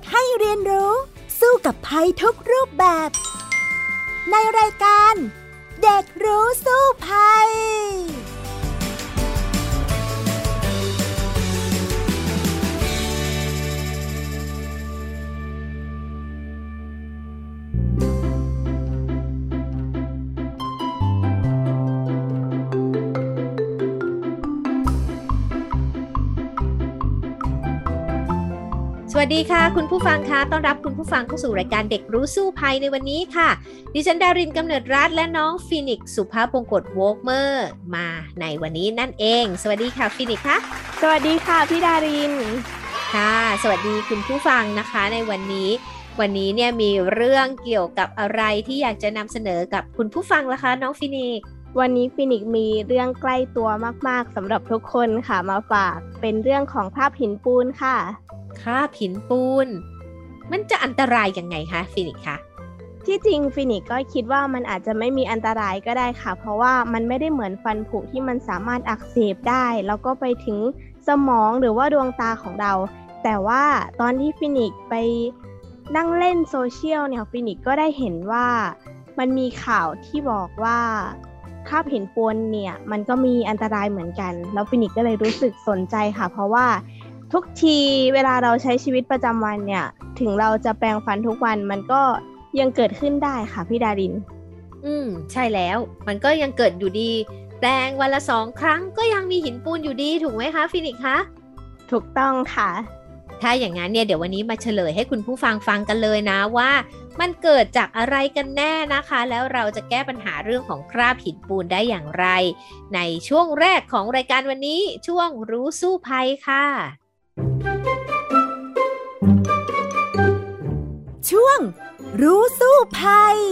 ให้เรียนรู้สู้กับภัยทุกรูปแบบในรายการเด็กรู้สู้ภัยสวัสดีค่ะคุณผู้ฟังคะต้อนรับคุณผู้ฟังเข้าสู่รายการเด็กรู้สู้ภัยในวันนี้ค่ะดิฉันดารินกำเนิดรัตน์และน้องฟีนิกซ์สุภาพบงกตโวกเมอร์มาในวันนี้นั่นเองสวัสดีค่ะฟีนิกซ์ค่ะสวัสดีค่ะพี่ดารินค่ะสวัสดีคุณผู้ฟังนะคะในวันนี้เนี่ยมีเรื่องเกี่ยวกับอะไรที่อยากจะนำเสนอกับคุณผู้ฟังล่ะคะน้องฟีนิกซ์วันนี้ฟีนิกซ์มีเรื่องใกล้ตัวมากๆสำหรับทุกคนค่ะมาฝากเป็นเรื่องของคราบหินปูนค่ะคราบหินปูนมันจะอันตรายยังไงคะฟีนิกซ์คะที่จริงฟีนิกซ์ก็คิดว่ามันอาจจะไม่มีอันตรายก็ได้ค่ะเพราะว่ามันไม่ได้เหมือนฟันผุที่มันสามารถอักเสบได้แล้วก็ไปถึงสมองหรือว่าดวงตาของเราแต่ว่าตอนที่ฟีนิกซ์ไปนั่งเล่นโซเชียลเนี่ยฟีนิกซ์ก็ได้เห็นว่ามันมีข่าวที่บอกว่าคราบหินปูนเนี่ยมันก็มีอันตรายเหมือนกันแล้วฟีนิกซ์ก็เลยรู้สึกสนใจค่ะเพราะว่าทุกทีเวลาเราใช้ชีวิตประจำวันเนี่ยถึงเราจะแปรงฟันทุกวันมันก็ยังเกิดขึ้นได้ค่ะพี่ดารินใช่แล้วมันก็ยังเกิดอยู่ดีแปรงวันละ2 ครั้งก็ยังมีหินปูนอยู่ดีถูกไหมคะฟินิกคะถูกต้องค่ะถ้าอย่างนั้นเนี่ยเดี๋ยววันนี้มาเฉลยให้คุณผู้ฟังฟังกันเลยนะว่ามันเกิดจากอะไรกันแน่นะคะแล้วเราจะแก้ปัญหาเรื่องของคราบหินปูนได้อย่างไรในช่วงแรกของรายการวันนี้ช่วงรู้สู้ภัยค่ะช่วงรู้สู้ภัย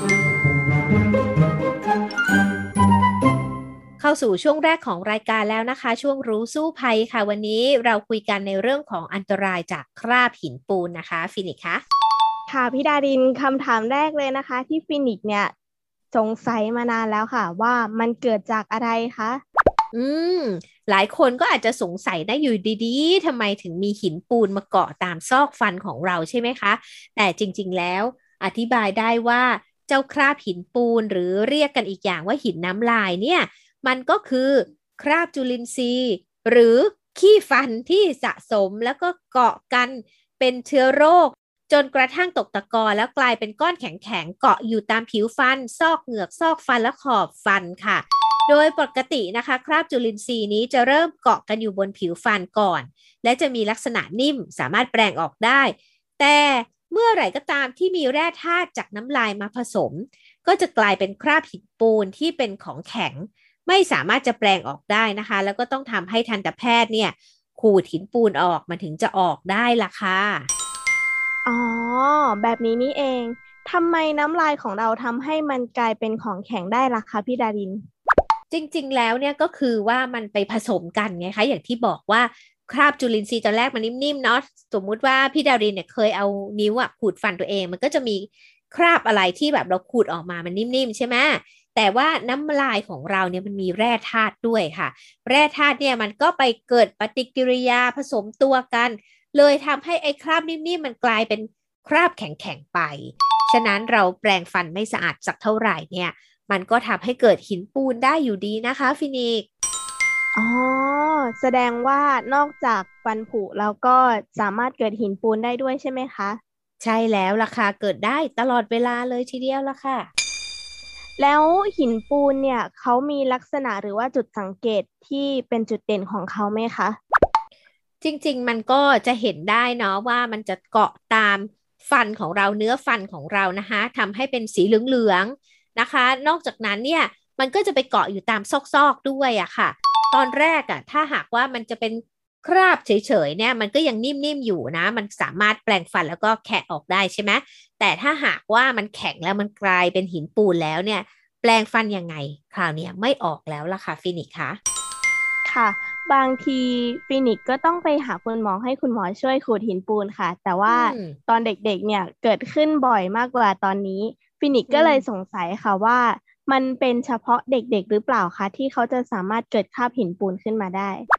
เข้าสู่ช่วงแรกของรายการแล้วนะคะช่วงรู้สู้ภัยค่ะวันนี้เราคุยกันในเรื่องของอันตรายจากคราบหินปูนนะคะฟินิกคะค่ะพี่ดารินคำถามแรกเลยนะคะที่ฟินิกเนี่ยสงสัยมานานแล้วค่ะว่ามันเกิดจากอะไรคะหลายคนก็อาจจะสงสัยนะอยู่ดีๆทำไมถึงมีหินปูนมาเกาะตามซอกฟันของเราใช่ไหมคะแต่จริงๆแล้วอธิบายได้ว่าเจ้าคราบหินปูนหรือเรียกกันอีกอย่างว่าหินน้ำลายเนี่ยมันก็คือคราบจุลินทรีย์หรือขี้ฟันที่สะสมแล้วก็เกาะกันเป็นเชื้อโรคจนกระทั่งตกตะกอนแล้วกลายเป็นก้อนแข็งๆเกาะอยู่ตามผิวฟันซอกเหงือกซอกฟันและขอบฟันค่ะโดยปกตินะคะคราบจุลินทรีย์นี้จะเริ่มเกาะกันอยู่บนผิวฟันก่อนและจะมีลักษณะนิ่มสามารถแปรงออกได้แต่เมื่อไหร่ก็ตามที่มีแร่ธาตุจากน้ำลายมาผสมก็จะกลายเป็นคราบหินปูนที่เป็นของแข็งไม่สามารถจะแปรงออกได้นะคะแล้วก็ต้องทำให้ทันตแพทย์เนี่ยขูดหินปูนออกมันถึงจะออกได้ล่ะค่ะอ๋อแบบนี้นี่เองทำไมน้ำลายของเราทำให้มันกลายเป็นของแข็งได้ล่ะคะพี่ดารินจริงๆแล้วเนี่ยก็คือว่ามันไปผสมกันไงคะอย่างที่บอกว่าคราบจุลินทรีย์ตอนแรกมันนิ่มๆเนาะสมมุติว่าพี่ดารินเนี่ยเคยเอานิ้วอะขูดฟันตัวเองมันก็จะมีคราบอะไรที่แบบเราขูดออกมามันนิ่มๆใช่ไหมแต่ว่าน้ำลายของเราเนี่ยมันมีแร่ธาตุด้วยค่ะแร่ธาตุเนี่ยมันก็ไปเกิดปฏิกิริยาผสมตัวกันเลยทำให้ไอ้คราบนิ่มๆมันกลายเป็นคราบแข็งๆไปฉะนั้นเราแปรงฟันไม่สะอาดสักเท่าไหร่เนี่ยมันก็ทำให้เกิดหินปูนได้อยู่ดีนะคะฟินิกอ๋อแสดงว่านอกจากฟันผุแล้วก็สามารถเกิดหินปูนได้ด้วยใช่ไหมคะใช่แล้วล่ะค่ะเกิดได้ตลอดเวลาเลยทีเดียวล่ะค่ะแล้วหินปูนเนี่ยเขามีลักษณะหรือว่าจุดสังเกตที่เป็นจุดเด่นของเขาไหมคะจริงๆมันก็จะเห็นได้เนาะว่ามันจะเกาะตามฟันของเราเนื้อฟันของเรานะคะทำให้เป็นสีเหลืองๆนะคะนอกจากนั้นเนี่ยมันก็จะไปเกาะอยู่ตามซอกๆด้วยอะค่ะตอนแรกอะถ้าหากว่ามันจะเป็นคราบเฉยๆเนี่ยมันก็ยังนิ่มๆอยู่นะมันสามารถแปรงฟันแล้วก็แคะออกได้ใช่ไหมแต่ถ้าหากว่ามันแข็งแล้วมันกลายเป็นหินปูนแล้วเนี่ยแปรงฟันยังไงคราวนี้ไม่ออกแล้วล่ะค่ะฟินิกค่ะค่ะบางทีฟินิกซ์ก็ต้องไปหาคุณหมอให้คุณหมอช่วยขูดหินปูนค่ะแต่อืว่ามตอนเด็กๆเนี่ยเกิดขึ้นบ่อยมากกว่าตอนนี้ฟินิกซ์อืก็เลยสมงสัยค่ะว่ามันเป็นเฉพาะเด็กๆหรือเปล่าคะที่เขาจะสามารถเกิดคราบหินปูนขึ้นมาได้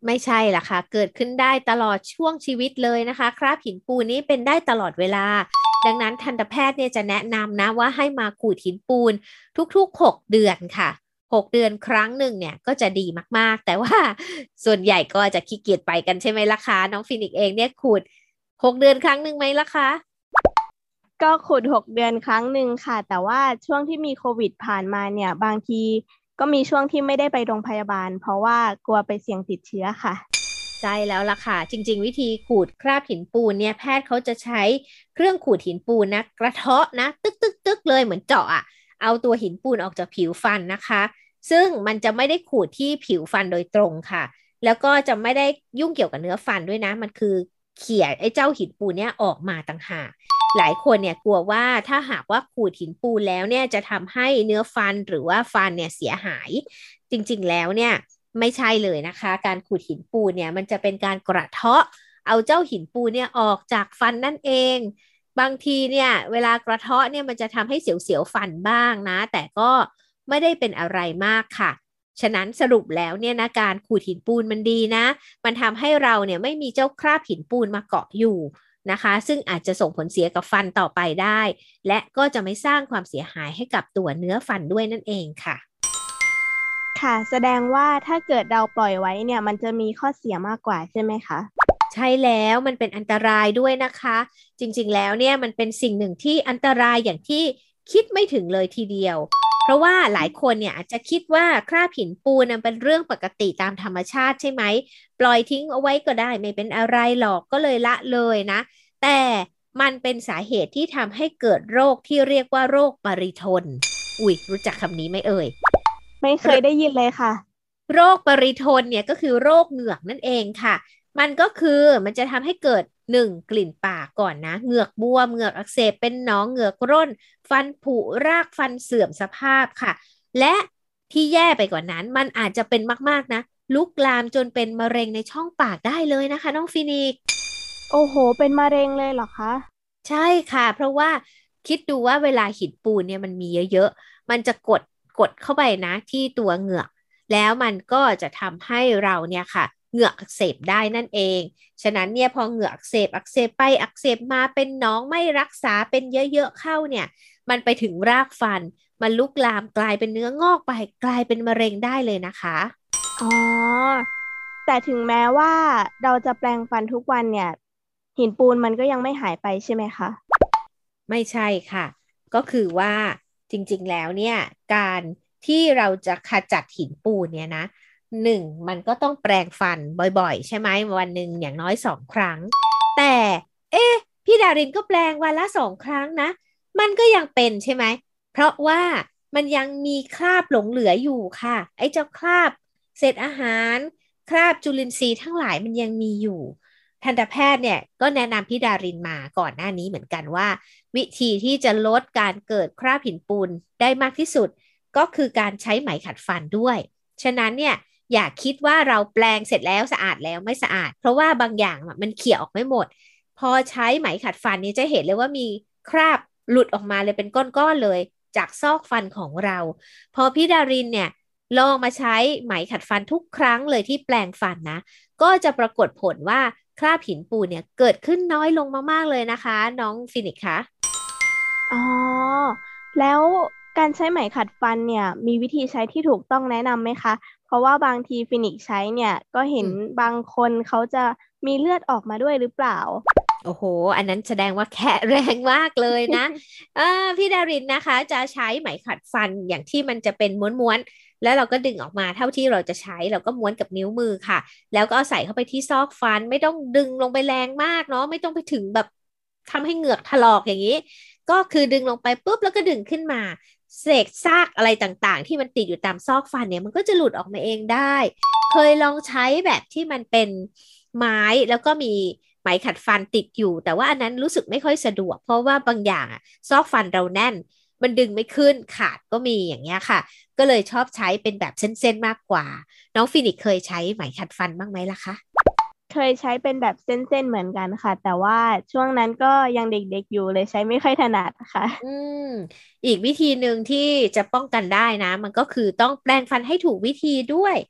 ไม่ใช่ล่ะค่ะเกิดขึ้นได้ตลอดช่วงชีวิตเลยนะคะคราบหินปูนนี้เป็นได้ตลอดเวลาดังนั้นทันตแพทย์เนี่ยจะแนะนำนะว่าให้มาขูดหินปูนทุกๆ6 เดือนค่ะ6 เดือนครั้งหนึ่งเนี่ยก็จะดีมากๆแต่ว่าส่วนใหญ่ก็จะขี้เกียจไปกันใช่ไหมล่ะคะน้องฟินิกซ์เองเนี่ยขูด6 เดือนครั้งหนึ่งไหมล่ะคะก็ขุด6 เดือนครั้งหนึ่งค่ะแต่ว่าช่วงที่มีโควิดผ่านมาเนี่ยบางทีก็มีช่วงที่ไม่ได้ไปโรงพยาบาลเพราะว่ากลัวไปเสี่ยงติดเชื้อค่ะใช่แล้วล่ะค่ะจริงๆวิธีขูดคราบหินปูนเนี่ยแพทย์เขาจะใช้เครื่องขูดหินปูนนะกระเทาะนะตึกตึกตึกเลยเหมือนเจาะอะเอาตัวหินปูนออกจากผิวฟันนะคะซึ่งมันจะไม่ได้ขูดที่ผิวฟันโดยตรงค่ะแล้วก็จะไม่ได้ยุ่งเกี่ยวกับเนื้อฟันด้วยนะมันคือเขี่ยไอ้เจ้าหินปูนเนี่ยออกมาต่างหากหลายคนเนี่ยกลัวว่าถ้าหากว่าขูดหินปูนแล้วเนี่ยจะทำให้เนื้อฟันหรือว่าฟันเนี่ยเสียหายจริงๆแล้วเนี่ย ไม่ใช่เลยนะคะการขูดหินปูนเนี่ยมันจะเป็นการกระเทาะเอาเจ้าหินปูนเนี่ยออกจากฟันนั่นเองบางทีเนี่ยเวลากระเทาะเนี่ยมันจะทำให้เสียวๆฟันบ้างนะแต่ก็ไม่ได้เป็นอะไรมากค่ะฉะนั้นสรุปแล้วเนี่ยนะการขูดหินปูนมันดีนะมันทำให้เราเนี่ยไม่มีเจ้าคราบหินปูนมาเกาะอยู่นะคะซึ่งอาจจะส่งผลเสียกับฟันต่อไปได้และก็จะไม่สร้างความเสียหายให้กับตัวเนื้อฟันด้วยนั่นเองค่ะค่ะแสดงว่าถ้าเกิดเราปล่อยไว้เนี่ยมันจะมีข้อเสียมากกว่าใช่ไหมคะใช่แล้วมันเป็นอันตรายด้วยนะคะจริงๆแล้วเนี่ยมันเป็นสิ่งหนึ่งที่อันตรายอย่างที่คิดไม่ถึงเลยทีเดียวเพราะว่าหลายคนเนี่ยอาจจะคิดว่าคราบหินปูนเป็นเรื่องปกติตามธรรมชาติใช่ไหมปล่อยทิ้งเอาไว้ก็ได้ไม่เป็นอะไรหรอกก็เลยละเลยนะแต่มันเป็นสาเหตุที่ทำให้เกิดโรคที่เรียกว่าโรคปริทนอุ๊ยรู้จักคำนี้ไหมเอ่ยไม่เคยได้ยินเลยค่ะโรคปริทนเนี่ยก็คือโรคเหงือกนั่นเองค่ะ มันก็คือมันจะทำให้เกิดกลิ่นปากก่อนนะเหงือกบวมเหงือกอักเสบเป็นหนองเหงือกร่นฟันผุรากฟันเสื่อมสภาพค่ะและที่แย่ไปกว่านั้นมันอาจจะเป็นมากๆนะลุกลามจนเป็นมะเร็งในช่องปากได้เลยนะคะน้องฟินิกโอ้โหเป็นมะเร็งเลยเหรอคะใช่ค่ะเพราะว่าคิดดูว่าเวลาหินปูนเนี่ยมันมีเยอะๆมันจะกดเข้าไปนะที่ตัวเหงือกแล้วมันก็จะทำให้เราเนี่ยค่ะเหงือกอักเสบได้นั่นเองฉะนั้นเนี่ยพอเหงือกอักเสบไปอักเสบมาเป็นหนองไม่รักษาเป็นเยอะๆเข้าเนี่ยมันไปถึงรากฟันมันลุกลามกลายเป็นเนื้องอกไปกลายเป็นมะเร็งได้เลยนะคะอ๋อแต่ถึงแม้ว่าเราจะแปรงฟันทุกวันเนี่ยหินปูนมันก็ยังไม่หายไปใช่ไหมคะไม่ใช่ค่ะก็คือว่าจริงๆแล้วเนี่ยการที่เราจะขจัดหินปูนเนี่ยนะมันก็ต้องแปรงฟันบ่อยๆใช่ไหมวันหนึ่งอย่างน้อย2 ครั้งแต่เอ๊ะพี่ดารินก็แปรงวันละ2 ครั้งนะมันก็ยังเป็นใช่ไหมเพราะว่ามันยังมีคราบหลงเหลืออยู่ค่ะไอ้เจ้าคราบเศษอาหารคราบจุลินทรีย์ทั้งหลายมันยังมีอยู่ ทันตแพทย์เนี่ยก็แนะนำพี่ดารินมาก่อนหน้านี้เหมือนกันว่าวิธีที่จะลดการเกิดคราบหินปูนได้มากที่สุดก็คือการใช้ไหมขัดฟันด้วยฉะนั้นเนี่ยอย่าคิดว่าเราแปลงเสร็จแล้วสะอาดแล้วไม่สะอาดเพราะว่าบางอย่างมันเขี่ยออกไม่หมดพอใช้ไหมขัดฟันนี้จะเห็นเลยว่ามีคราบหลุดออกมาเลยเป็นก้อนๆเลยจากซอกฟันของเราพอพี่ดารินเนี่ยลองมาใช้ไหมขัดฟันทุกครั้งเลยที่แปลงฟันนะก็จะปรากฏผลว่า คราบหินปูนเนี่ยเกิดขึ้นน้อยลงมากๆเลยนะคะน้องฟินิกซ์คะอ๋อแล้วการใช้ไหมขัดฟันเนี่ยมีวิธีใช้ที่ถูกต้องแนะนำไหมคะเพราะว่าบางทีฟินิกซ์ใช้เนี่ยก็เห็นอืมบางคนเขาจะมีเลือดออกมาด้วยหรือเปล่าโอ้โหอันนั้นแสดงว่าแข็งแรงมากเลยนะพี่ดารินนะคะจะใช้ไหมขัดฟันอย่างที่มันจะเป็นม้วนๆแล้วเราก็ดึงออกมาเท่าที่เราจะใช้เราก็ม้วนกับนิ้วมือค่ะแล้วก็เอาใส่เข้าไปที่ซอกฟันไม่ต้องดึงลงไปแรงมากเนาะไม่ต้องไปถึงแบบทำให้เหงือกถลอกอย่างนี้ก็คือดึงลงไปปุ๊บแล้วก็ดึงขึ้นมาเศษซากอะไรต่างๆที่มันติดอยู่ตามซอกฟันเนี่ยมันก็จะหลุดออกมาเองได้เคยลองใช้แบบที่มันเป็นไม้แล้วก็มีไหมขัดฟันติดอยู่แต่ว่าอันนั้นรู้สึกไม่ค่อยสะดวกเพราะว่าบางอย่างอะซอกฟันเราแน่นมันดึงไม่ขึ้นขาดก็มีอย่างเงี้ยค่ะก็เลยชอบใช้เป็นแบบเส้นๆมากกว่าน้องฟินิกซ์เคยใช้ไหมขัดฟันบ้างไหมล่ะคะเคยใช้เป็นแบบเส้นๆเหมือนกันค่ะแต่ว่าช่วงนั้นก็ยังเด็กๆอยู่เลยใช้ไม่ค่อยถนัดค่ะอืมอีกวิธีหนึ่งที่จะป้องกันได้นะมันก็คือต้องแปรงฟันให้ถูกวิธีด้วย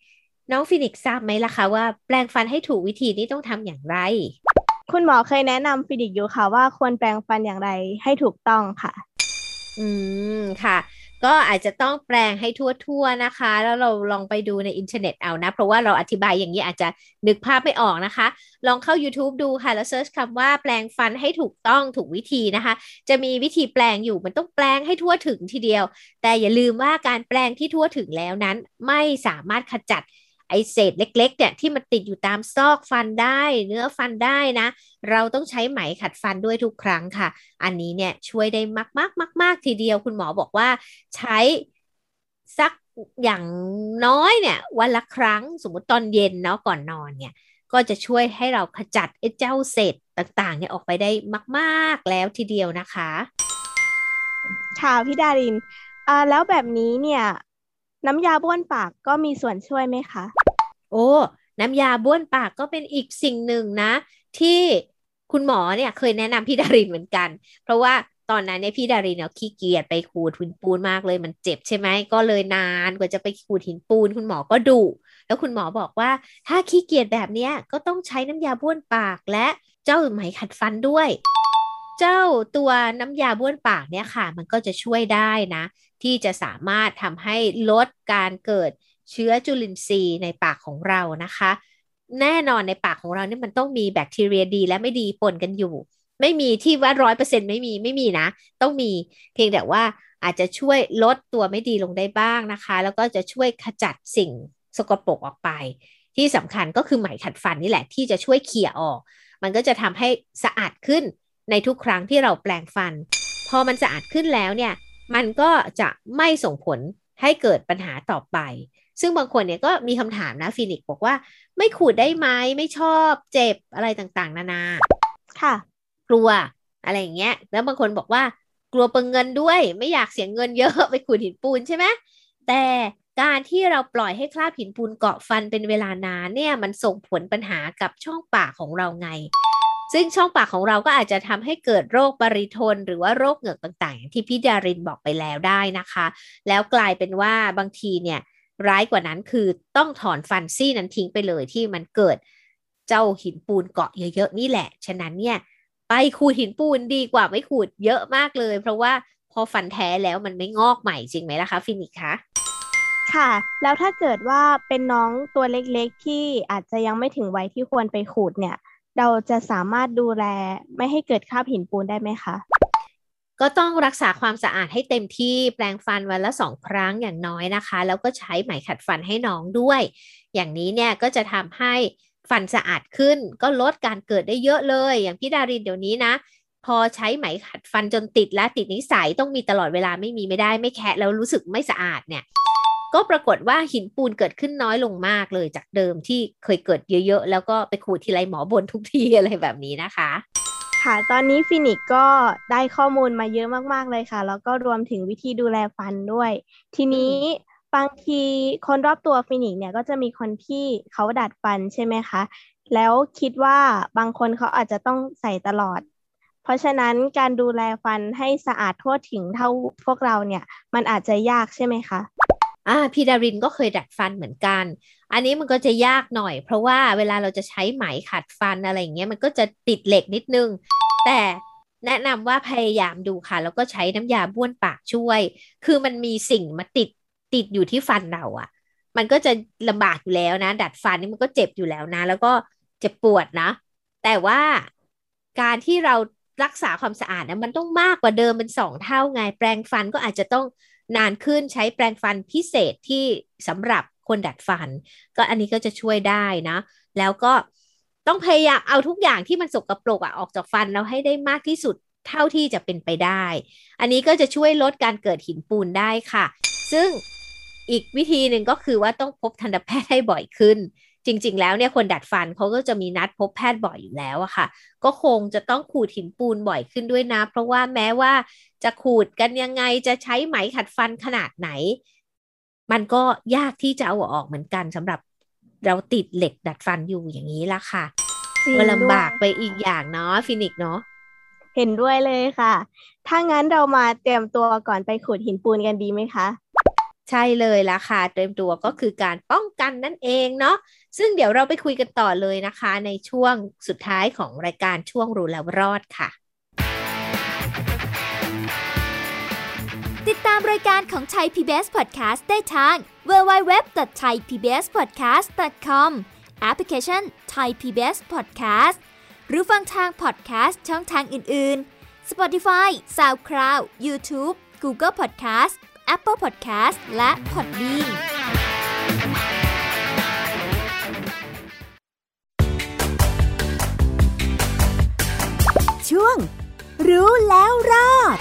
น้องฟินิกซ์ทราบไหมล่ะคะว่าแปรงฟันให้ถูกวิธีนี่ต้องทำอย่างไรคุณหมอเคยแนะนำฟินิกส์อยู่ค่ะว่าควรแปรงฟันอย่างไรให้ถูกต้องค่ะอืค่ะก็อาจจะต้องแปลงให้ทั่วๆนะคะแล้วเราลองไปดูในอินเทอร์เน็ตเอานะเพราะว่าเราอธิบายอย่างนี้อาจจะนึกภาพไม่ออกนะคะลองเข้า YouTube ดูค่ะแล้วเซิร์ชคำว่าแปลงฟันให้ถูกต้องถูกวิธีนะคะจะมีวิธีแปลงอยู่มันต้องแปลงให้ทั่วถึงทีเดียวแต่อย่าลืมว่าการแปลงที่ทั่วถึงแล้วนั้นไม่สามารถขจัดไอเศษเล็กๆเนี่ยที่มันติดอยู่ตามซอกฟันได้เนื้อฟันได้นะเราต้องใช้ไหมขัดฟันด้วยทุกครั้งค่ะ อันนี้เนี่ยช่วยได้มากทีเดียวคุณหมอบอกว่าใช้สักอย่างน้อยเนี่ยวันละครั้งสมมติตอนเย็นเนาะก่อนนอนเนี่ยก็จะช่วยให้เราขจัดไอ้เจ้าเศษต่างๆเนี่ยออกไปได้มากๆแล้วทีเดียวนะคะค่ะพี่ดารินแล้วแบบนี้เนี่ยน้ำยาบ้วนปากก็มีส่วนช่วยไหมคะโอ้น้ำยาบ้วนปากก็เป็นอีกสิ่งหนึ่งนะที่คุณหมอเนี่ยเคยแนะนำพี่ดารินเหมือนกันเพราะว่าตอนนั้นเนี่ยพี่ดารินเนี่ยขี้เกียจไปขูดหินปูนมากเลยมันเจ็บใช่ไหมก็เลยนานกว่าจะไปขูดหินปูนคุณหมอก็ดุแล้วคุณหมอบอกว่าถ้าขี้เกียจแบบเนี้ยก็ต้องใช้น้ำยาบ้วนปากและเจ้าไหมขัดฟันด้วยเจ้าตัวน้ำยาบ้วนปากเนี่ยค่ะมันก็จะช่วยได้นะที่จะสามารถทำให้ลดการเกิดเชื้อจุลินทรีย์ในปากของเรานะคะแน่นอนในปากของเราเนี่ยมันต้องมีแบคทีเรียดีและไม่ดีปนกันอยู่ไม่มีที่ว่า100%ไม่มีนะต้องมีเพียงแต่ว่าอาจจะช่วยลดตัวไม่ดีลงได้บ้างนะคะแล้วก็จะช่วยขจัดสิ่งสกปรกออกไปที่สำคัญก็คือไหมขัดฟันนี่แหละที่จะช่วยเขี่ยออกมันก็จะทำให้สะอาดขึ้นในทุกครั้งที่เราแปรงฟันพอมันสะอาดขึ้นแล้วเนี่ยมันก็จะไม่ส่งผลให้เกิดปัญหาต่อไป ซึ่งบางคนเนี่ยก็มีคำถามนะฟินิกซ์บอกว่าไม่ขูดได้ไหมไม่ชอบเจ็บอะไรต่างๆนานาค่ะกลัวอะไรอย่างเงี้ยแล้วบางคนบอกว่ากลัวเปลืองเงินด้วยไม่อยากเสียเงินเยอะไปขูดหินปูนใช่ไหมแต่การที่เราปล่อยให้คราบหินปูนเกาะฟันเป็นเวลานานเนี่ยมันส่งผลปัญหากับช่องปากของเราไงซึ่งช่องปากของเราก็อาจจะทำให้เกิดโรคปริทนหรือว่าโรคเหงือกต่างๆอย่างที่พี่ดารินบอกไปแล้วได้นะคะแล้วกลายเป็นว่าบางทีเนี่ย ร้ายกว่านั้นคือต้องถอนฟันซี่นั้นทิ้งไปเลยที่มันเกิดเจ้าหินปูนเกาะเยอะๆนี่แหละฉะนั้นเนี่ยไปขูดหินปูนดีกว่าไม่ขูดเยอะมากเลยเพราะว่าพอฟันแท้แล้วมันไม่งอกใหม่จริงไหมล่ะคะฟินิกคะค่ะแล้วถ้าเกิดว่าเป็นน้องตัวเล็กๆที่อาจจะยังไม่ถึงวัยที่ควรไปขูดเนี่ยเราจะสามารถดูแลไม่ให้เกิดคราบหินปูนได้ไหมคะก็ต้องรักษาความสะอาดให้เต็มที่แปรงฟันวันละ2 ครั้งอย่างน้อยนะคะแล้วก็ใช้ไหมขัดฟันให้น้องด้วยอย่างนี้เนี่ยก็จะทำให้ฟันสะอาดขึ้นก็ลดการเกิดได้เยอะเลยอย่างพี่ดารินเดี๋ยวนี้นะพอใช้ไหมขัดฟันจนติดและติดนิสัยต้องมีตลอดเวลาไม่มีไม่ได้ไม่แคะแล้วรู้สึกไม่สะอาดเนี่ยก็ปรากฏว่าหินปูนเกิดขึ้นน้อยลงมากเลยจากเดิมที่เคยเกิดเยอะๆแล้วก็ไปขูดทีไรหมอบ่นทุกทีอะไรแบบนี้นะคะค่ะตอนนี้ฟินิกส์ก็ได้ข้อมูลมาเยอะมากๆเลยค่ะแล้วก็รวมถึงวิธีดูแลฟันด้วยทีนี้บางทีคนรอบตัวฟินิกส์เนี่ยก็จะมีคนที่เขาดัดฟันใช่ไหมคะแล้วคิดว่าบางคนเขาอาจจะต้องใส่ตลอดเพราะฉะนั้นการดูแลฟันให้สะอาดทั่วถึงเท่าพวกเราเนี่ยมันอาจจะยากใช่ไหมคะพี่ดารินก็เคยดัดฟันเหมือนกัน อันนี้มันก็จะยากหน่อยเพราะว่าเวลาเราจะใช้ไหมขัดฟันอะไรอย่างเงี้ยมันก็จะติดเหล็กนิดนึง แต่แนะนำว่าพยายามดูค่ะแล้วก็ใช้น้ำยาบ้วนปากช่วย คือมันมีสิ่งมาติดอยู่ที่ฟันเราอ่ะมันก็จะลำบากอยู่แล้วนะดัดฟันนี่มันก็เจ็บอยู่แล้วนะแล้วก็เจ็บปวดนะแต่ว่าการที่เรารักษาความสะอาดนะมันต้องมากกว่าเดิมเป็น2 เท่าไงแปรงฟันก็อาจจะต้องนานขึ้นใช้แปรงฟันพิเศษที่สำหรับคนดัดฟันก็อันนี้ก็จะช่วยได้นะแล้วก็ต้องพยายามเอาทุกอย่างที่มันสกปรกออกจากฟันเราให้ได้มากที่สุดเท่าที่จะเป็นไปได้อันนี้ก็จะช่วยลดการเกิดหินปูนได้ค่ะซึ่งอีกวิธีหนึ่งก็คือว่าต้องพบทันตแพทย์ให้บ่อยขึ้นจริงๆแล้วเนี่ยคนดัดฟันเขาก็จะมีนัดพบแพทย์บ่อยอยู่แล้วอะค่ะก็คงจะต้องขูดหินปูนบ่อยขึ้นด้วยนะเพราะว่าแม้ว่าจะขูดกันยังไงจะใช้ไหมขัดฟันขนาดไหนมันก็ยากที่จะเอาออกเหมือนกันสำหรับเราติดเหล็กดัดฟันอยู่อย่างนี้ละค่ะจริก็ลำงด้วยบากไปอีกอย่างเนาะฟินิกเนาะเห็นด้วยเลยค่ะถ้างั้นเรามาเตรียมตัวก่อนไปขูดหินปูนกันดีไหมคะใช่เลยล่ะค่ะเตรียมตัวก็คือการป้องกันนั่นเองเนาะซึ่งเดี๋ยวเราไปคุยกันต่อเลยนะคะในช่วงสุดท้ายของรายการช่วงรู้แล้วรอดค่ะติดตามรายการของ Thai PBS Podcast ได้ทาง www.thaipbspodcast.com แอปพลิเคชัน Thai PBS Podcast หรือฟังทาง podcast ช่องทางอื่นๆ Spotify, SoundCloud, YouTube, Google Podcast, Apple Podcast และ Podbeanช่วงรู้แล้วรอด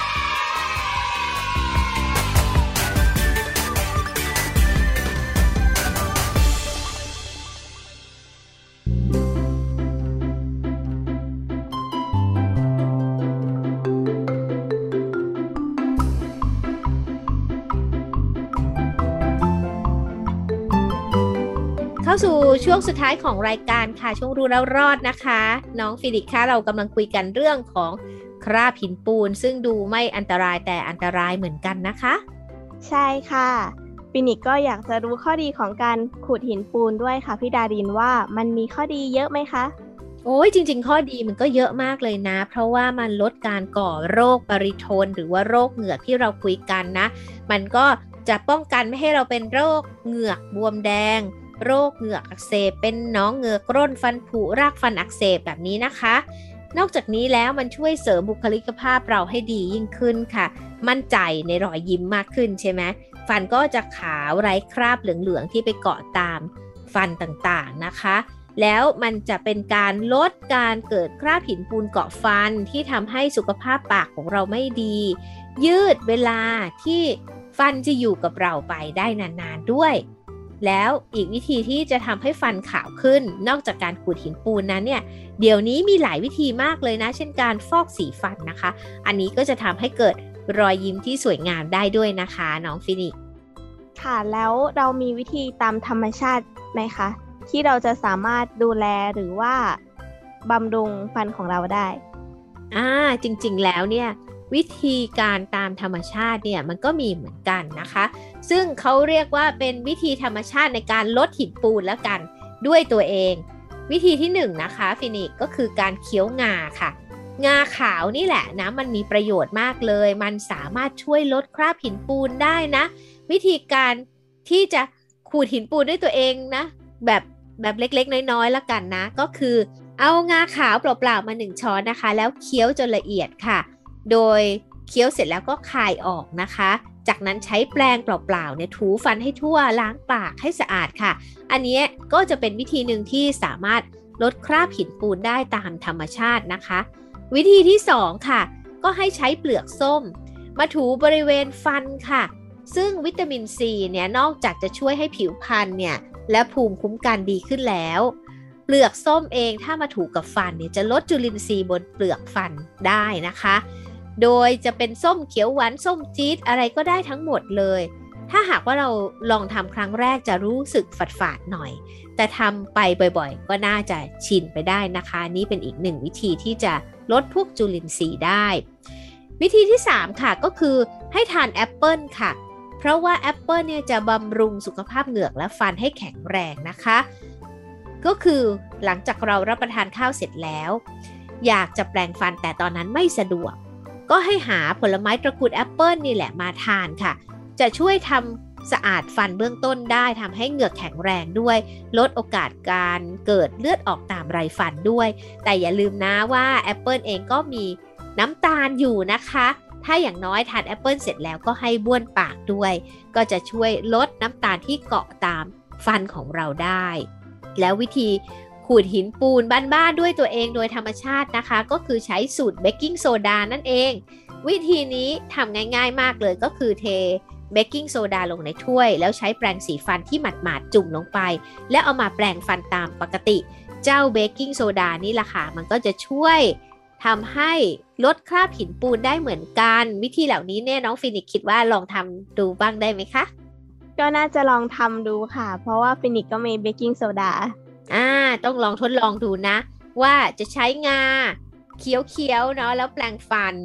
เข้าสู่ช่วงสุดท้ายของรายการค่ะช่วงรู้แล้วรอดนะคะน้องฟิลิปค่ะเรากำลังคุยกันเรื่องของคราบหินปูนซึ่งดูไม่อันตรายแต่อันตรายเหมือนกันนะคะใช่ค่ะฟินิกก็อยากจะรู้ข้อดีของการขูดหินปูนด้วยค่ะพี่ดารินว่ามันมีข้อดีเยอะไหมคะโอ้ยจริงๆข้อดีมันก็เยอะมากเลยนะเพราะว่ามันลดการก่อโรคปริโทนหรือว่าโรคเหงือกที่เราคุยกันนะมันก็จะป้องกันไม่ให้เราเป็นโรคเหงือกบวมแดงโรคเหงือกอักเสบเป็นหนองเหงือกร่นฟันผุรากฟันอักเสบแบบนี้นะคะนอกจากนี้แล้วมันช่วยเสริมบุคลิกภาพเราให้ดียิ่งขึ้นค่ะมั่นใจในรอยยิ้มมากขึ้นใช่ไหมฟันก็จะขาวไร้คราบเหลืองๆที่ไปเกาะตามฟันต่างๆนะคะแล้วมันจะเป็นการลดการเกิดคราบหินปูนเกาะฟันที่ทำให้สุขภาพปากของเราไม่ดียืดเวลาที่ฟันจะอยู่กับเราไปได้นานๆด้วยแล้วอีกวิธีที่จะทำให้ฟันขาวขึ้นนอกจากการขูดหินปูนนั้นเนี่ยเดี๋ยวนี้มีหลายวิธีมากเลยนะเช่นการฟอกสีฟันนะคะอันนี้ก็จะทำให้เกิดรอยยิ้มที่สวยงามได้ด้วยนะคะน้องฟินิกค่ะแล้วเรามีวิธีตามธรรมชาติไหมคะที่เราจะสามารถดูแลหรือว่าบำรุงฟันของเราได้จริงๆแล้วเนี่ยวิธีการตามธรรมชาติเนี่ยมันก็มีเหมือนกันนะคะซึ่งเขาเรียกว่าเป็นวิธีธรรมชาติในการลดหินปูนแล้วกันด้วยตัวเองวิธีที่นะคะฟินิกก็คือการเคี้ยวงาค่ะงาขาวนี่แหละนะมันมีประโยชน์มากเลยมันสามารถช่วยลดคราบหินปูนได้นะวิธีการที่จะขูดหินปูนด้วยตัวเองนะแบบเล็กๆน้อยๆแล้วกันนะก็คือเอางาขาวเปล่าๆมา1 ช้อนนะคะแล้วเคี้ยวจนละเอียดค่ะโดยเคี้ยวเสร็จแล้วก็คายออกนะคะจากนั้นใช้แปรงเปล่าๆเนี่ยถูฟันให้ทั่วล้างปากให้สะอาดค่ะอันนี้ก็จะเป็นวิธีหนึ่งที่สามารถลดคราบหินปูนได้ตามธรรมชาตินะคะวิธีที่2ค่ะก็ให้ใช้เปลือกส้มมาถูบริเวณฟันค่ะซึ่งวิตามินซีเนี่ยนอกจากจะช่วยให้ผิวพรรณเนี่ยและภูมิคุ้มกันดีขึ้นแล้วเปลือกส้มเองถ้ามาถูกับฟันเนี่ยจะลดจุลินทรีย์บนเปลือกฟันได้นะคะโดยจะเป็นส้มเขียวหวานส้มจี๊ดอะไรก็ได้ทั้งหมดเลยถ้าหากว่าเราลองทำครั้งแรกจะรู้สึกฝาดๆหน่อยแต่ทำไปบ่อยๆก็น่าจะชินไปได้นะคะนี่เป็นอีก1วิธีที่จะลดพวกจุลินทรีย์ได้วิธีที่3ค่ะก็คือให้ทานแอปเปิลค่ะเพราะว่าแอปเปิลเนี่ยจะบำรุงสุขภาพเหงือกและฟันให้แข็งแรงนะคะก็คือหลังจากเรารับประทานข้าวเสร็จแล้วอยากจะแปรงฟันแต่ตอนนั้นไม่สะดวกก็ให้หาผลไม้ตระกูลแอปเปิลนี่แหละมาทานค่ะจะช่วยทำสะอาดฟันเบื้องต้นได้ทำให้เหงือกแข็งแรงด้วยลดโอกาสการเกิดเลือดออกตามไรฟันด้วยแต่อย่าลืมนะว่าแอปเปิลเองก็มีน้ำตาลอยู่นะคะถ้าอย่างน้อยทานแอปเปิลเสร็จแล้วก็ให้บ้วนปากด้วยก็จะช่วยลดน้ำตาลที่เกาะตามฟันของเราได้แล้ววิธีขูดหินปูนบ้านๆด้วยตัวเองโดยธรรมชาตินะคะก็คือใช้สูตรเบกกิ้งโซดานั่นเองวิธีนี้ทำง่ายๆมากเลยก็คือเทเบกกิ้งโซดาลงในถ้วยแล้วใช้แปรงสีฟันที่หมาดๆจุ่มลงไปแล้วเอามาแปรงฟันตามปกติเจ้าเบกกิ้งโซดานี่แหละค่ะมันก็จะช่วยทำให้ลดคราบหินปูนได้เหมือนกันวิธีเหล่านี้เนี่ยน้องฟินิกคิดว่าลองทำดูบ้างได้ไหมคะก็น่าจะลองทำดูค่ะเพราะว่าฟินิกก็มีเบกกิ้งโซดาต้องลองทดลองดูนะว่าจะใช้งาเคี้ยวๆเนาะแล้วแปรงฟัน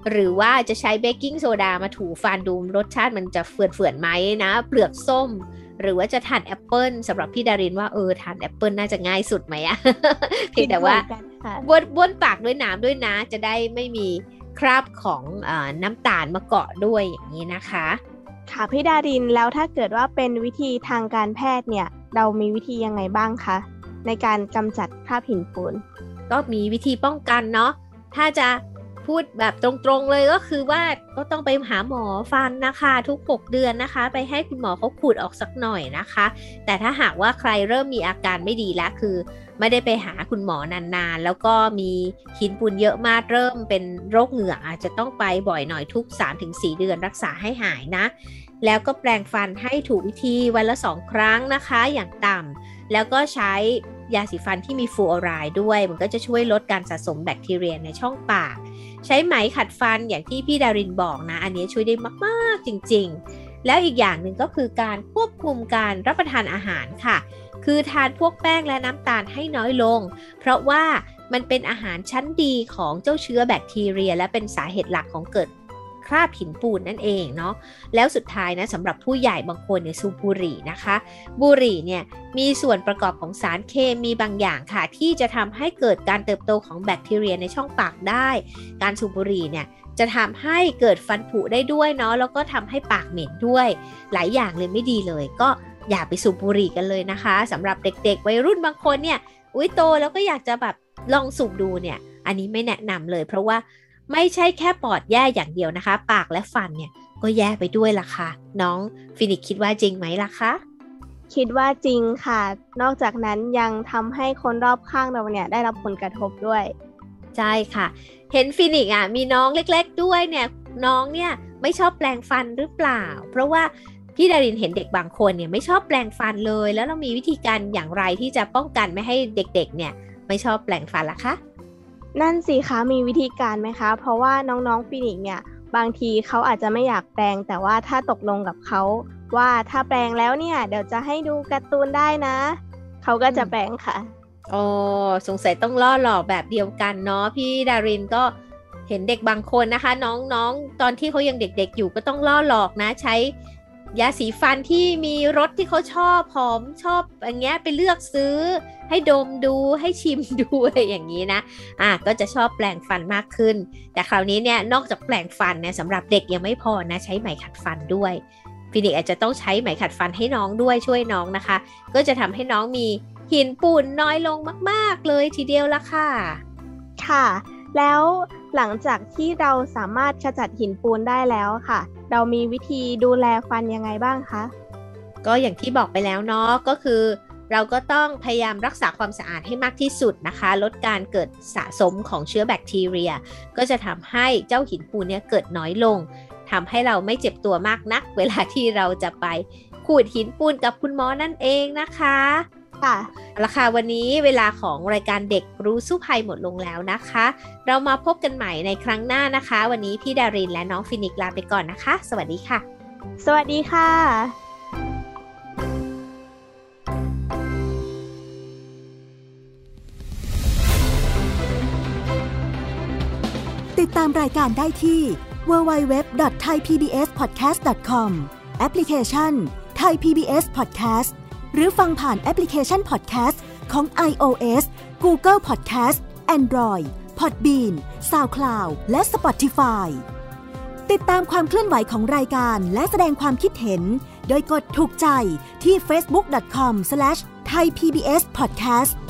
หรือว่าจะใช้เบกกิ้งโซดามาถูฟันดูรสชาติมันจะเฟื่อนๆไหมนะเปลือกส้มหรือว่าจะทานแอปเปิลสำหรับพี่ดารินว่าทานแอปเปิลน่าจะง่ายสุดไหมอะ เพียงแต่ว่าบ้วนปากด้วยน้ำด้วยนะจะได้ไม่มีคราบของน้ำตาลมาเกาะด้วยอย่างนี้นะคะค่ะพี่ดารินแล้วถ้าเกิดว่าเป็นวิธีทางการแพทย์เนี่ยเรามีวิธียังไงบ้างคะในการกำจัดคราบหินปูนก็มีวิธีป้องกันเนาะถ้าจะพูดแบบตรงๆเลยก็คือว่าก็ต้องไปหาหมอฟันนะคะทุก6เดือนนะคะไปให้คุณหมอเขาขูดออกสักหน่อยนะคะแต่ถ้าหากว่าใครเริ่มมีอาการไม่ดีแล้วคือไม่ได้ไปหาคุณหมอนานๆแล้วก็มีหินปูนเยอะมากเริ่มเป็นโรคเหงือกอาจจะต้องไปบ่อยหน่อยทุก 3-4 เดือนรักษาให้หายนะแล้วก็แปรงฟันให้ถูกวิธีวันละ2 ครั้งนะคะอย่างต่ำแล้วก็ใช้ยาสีฟันที่มีฟลูออไรด์ด้วยมันก็จะช่วยลดการสะสมแบคทีเรียในช่องปากใช้ไหมขัดฟันอย่างที่พี่ดารินบอกนะอันนี้ช่วยได้มากๆจริงๆแล้วอีกอย่างหนึ่งก็คือการควบคุมการรับประทานอาหารค่ะคือทานพวกแป้งและน้ำตาลให้น้อยลงเพราะว่ามันเป็นอาหารชั้นดีของเจ้าเชื้อแบคทีเรียและเป็นสาเหตุหลักของเกิดคราบหินปูนนั่นเองเนาะแล้วสุดท้ายนะสำหรับผู้ใหญ่บางคนเนี่ยสูบบุหรี่นะคะบุหรี่เนี่ยมีส่วนประกอบของสารเคมีบางอย่างค่ะที่จะทำให้เกิดการเติบโตของแบคทีเรียในช่องปากได้การสูบบุหรี่เนี่ยจะทำให้เกิดฟันผุได้ด้วยเนาะแล้วก็ทำให้ปากเหม็นด้วยหลายอย่างเลยไม่ดีเลยก็อย่าไปสูบบุหรี่กันเลยนะคะสำหรับเด็กๆวัยรุ่นบางคนเนี่ยโตแล้วก็อยากจะแบบลองสูบดูเนี่ยอันนี้ไม่แนะนำเลยเพราะว่าไม่ใช่แค่ปอดแย่อย่างเดียวนะคะปากและฟันเนี่ยก็แย่ไปด้วยล่ะค่ะน้องฟินิกซ์คิดว่าจริงไหมล่ะคะคิดว่าจริงค่ะนอกจากนั้นยังทำให้คนรอบข้างเราเนี่ยได้รับผลกระทบด้วยใช่ค่ะเห็นฟินิกซ์มีน้องเล็กๆด้วยเนี่ยน้องเนี่ยไม่ชอบแปรงฟันหรือเปล่าเพราะว่าพี่ดารินเห็นเด็กบางคนเนี่ยไม่ชอบแปรงฟันเลยแล้วเรามีวิธีการอย่างไรที่จะป้องกันไม่ให้เด็กๆเนี่ยไม่ชอบแปรงฟันล่ะคะนั่นสิคะมีวิธีการไหมคะเพราะว่าน้องๆฟินิกซ์เนี่ยบางทีเขาอาจจะไม่อยากแปรงแต่ว่าถ้าตกลงกับเขาว่าถ้าแปรงแล้วเนี่ยเดี๋ยวจะให้ดูการ์ตูนได้นะเขาก็จะแปรงค่ะสงสัยต้องล่อหลอกแบบเดียวกันเนาะพี่ดารินก็เห็นเด็กบางคนนะคะน้องตอนที่เขายังเด็กๆอยู่ก็ต้องล่อหลอกนะใช้ยาสีฟันที่มีรสที่เขาชอบหอมชอบอย่างเงี้ยไปเลือกซื้อให้ดมดูให้ชิมดูอะไรอย่างนี้นะก็จะชอบแปรงฟันมากขึ้นแต่คราวนี้เนี่ยนอกจากแปรงฟันเนี่ยสำหรับเด็กยังไม่พอนะใช้ไหมขัดฟันด้วยฟินิกซ์อาจจะต้องใช้ไหมขัดฟันให้น้องด้วยช่วยน้องนะคะก็จะทำให้น้องมีหินปูนน้อยลงมากๆเลยทีเดียวละค่ะค่ะแล้วหลังจากที่เราสามารถขจัดหินปูนได้แล้วค่ะเรามีวิธีดูแลฟันยังไงบ้างคะก็อย่างที่บอกไปแล้วเนาะก็คือเราก็ต้องพยายามรักษาความสะอาดให้มากที่สุดนะคะลดการเกิดสะสมของเชื้อแบคทีเรียก็จะทำให้เจ้าหินปูนเนี่ยเกิดน้อยลงทำให้เราไม่เจ็บตัวมากนักเวลาที่เราจะไปขูดหินปูนกับคุณหมอนั่นเองนะคะค่ะราคาวันนี้เวลาของรายการเด็กรู้สู้ภัยหมดลงแล้วนะคะเรามาพบกันใหม่ในครั้งหน้านะคะวันนี้พี่ดารินและน้องฟินิกซ์ลาไปก่อนนะคะสวัสดีค่ะสวัสดีค่ะติดตามรายการได้ที่ www.thaipbspodcast.com แอปพลิเคชัน Thai PBS Podcast หรือฟังผ่านแอปพลิเคชัน Podcast ของ iOS, Google Podcast, Android, Podbean, SoundCloud และ Spotify ติดตามความเคลื่อนไหวของรายการและแสดงความคิดเห็นโดยกดถูกใจที่ facebook.com/thaipbspodcast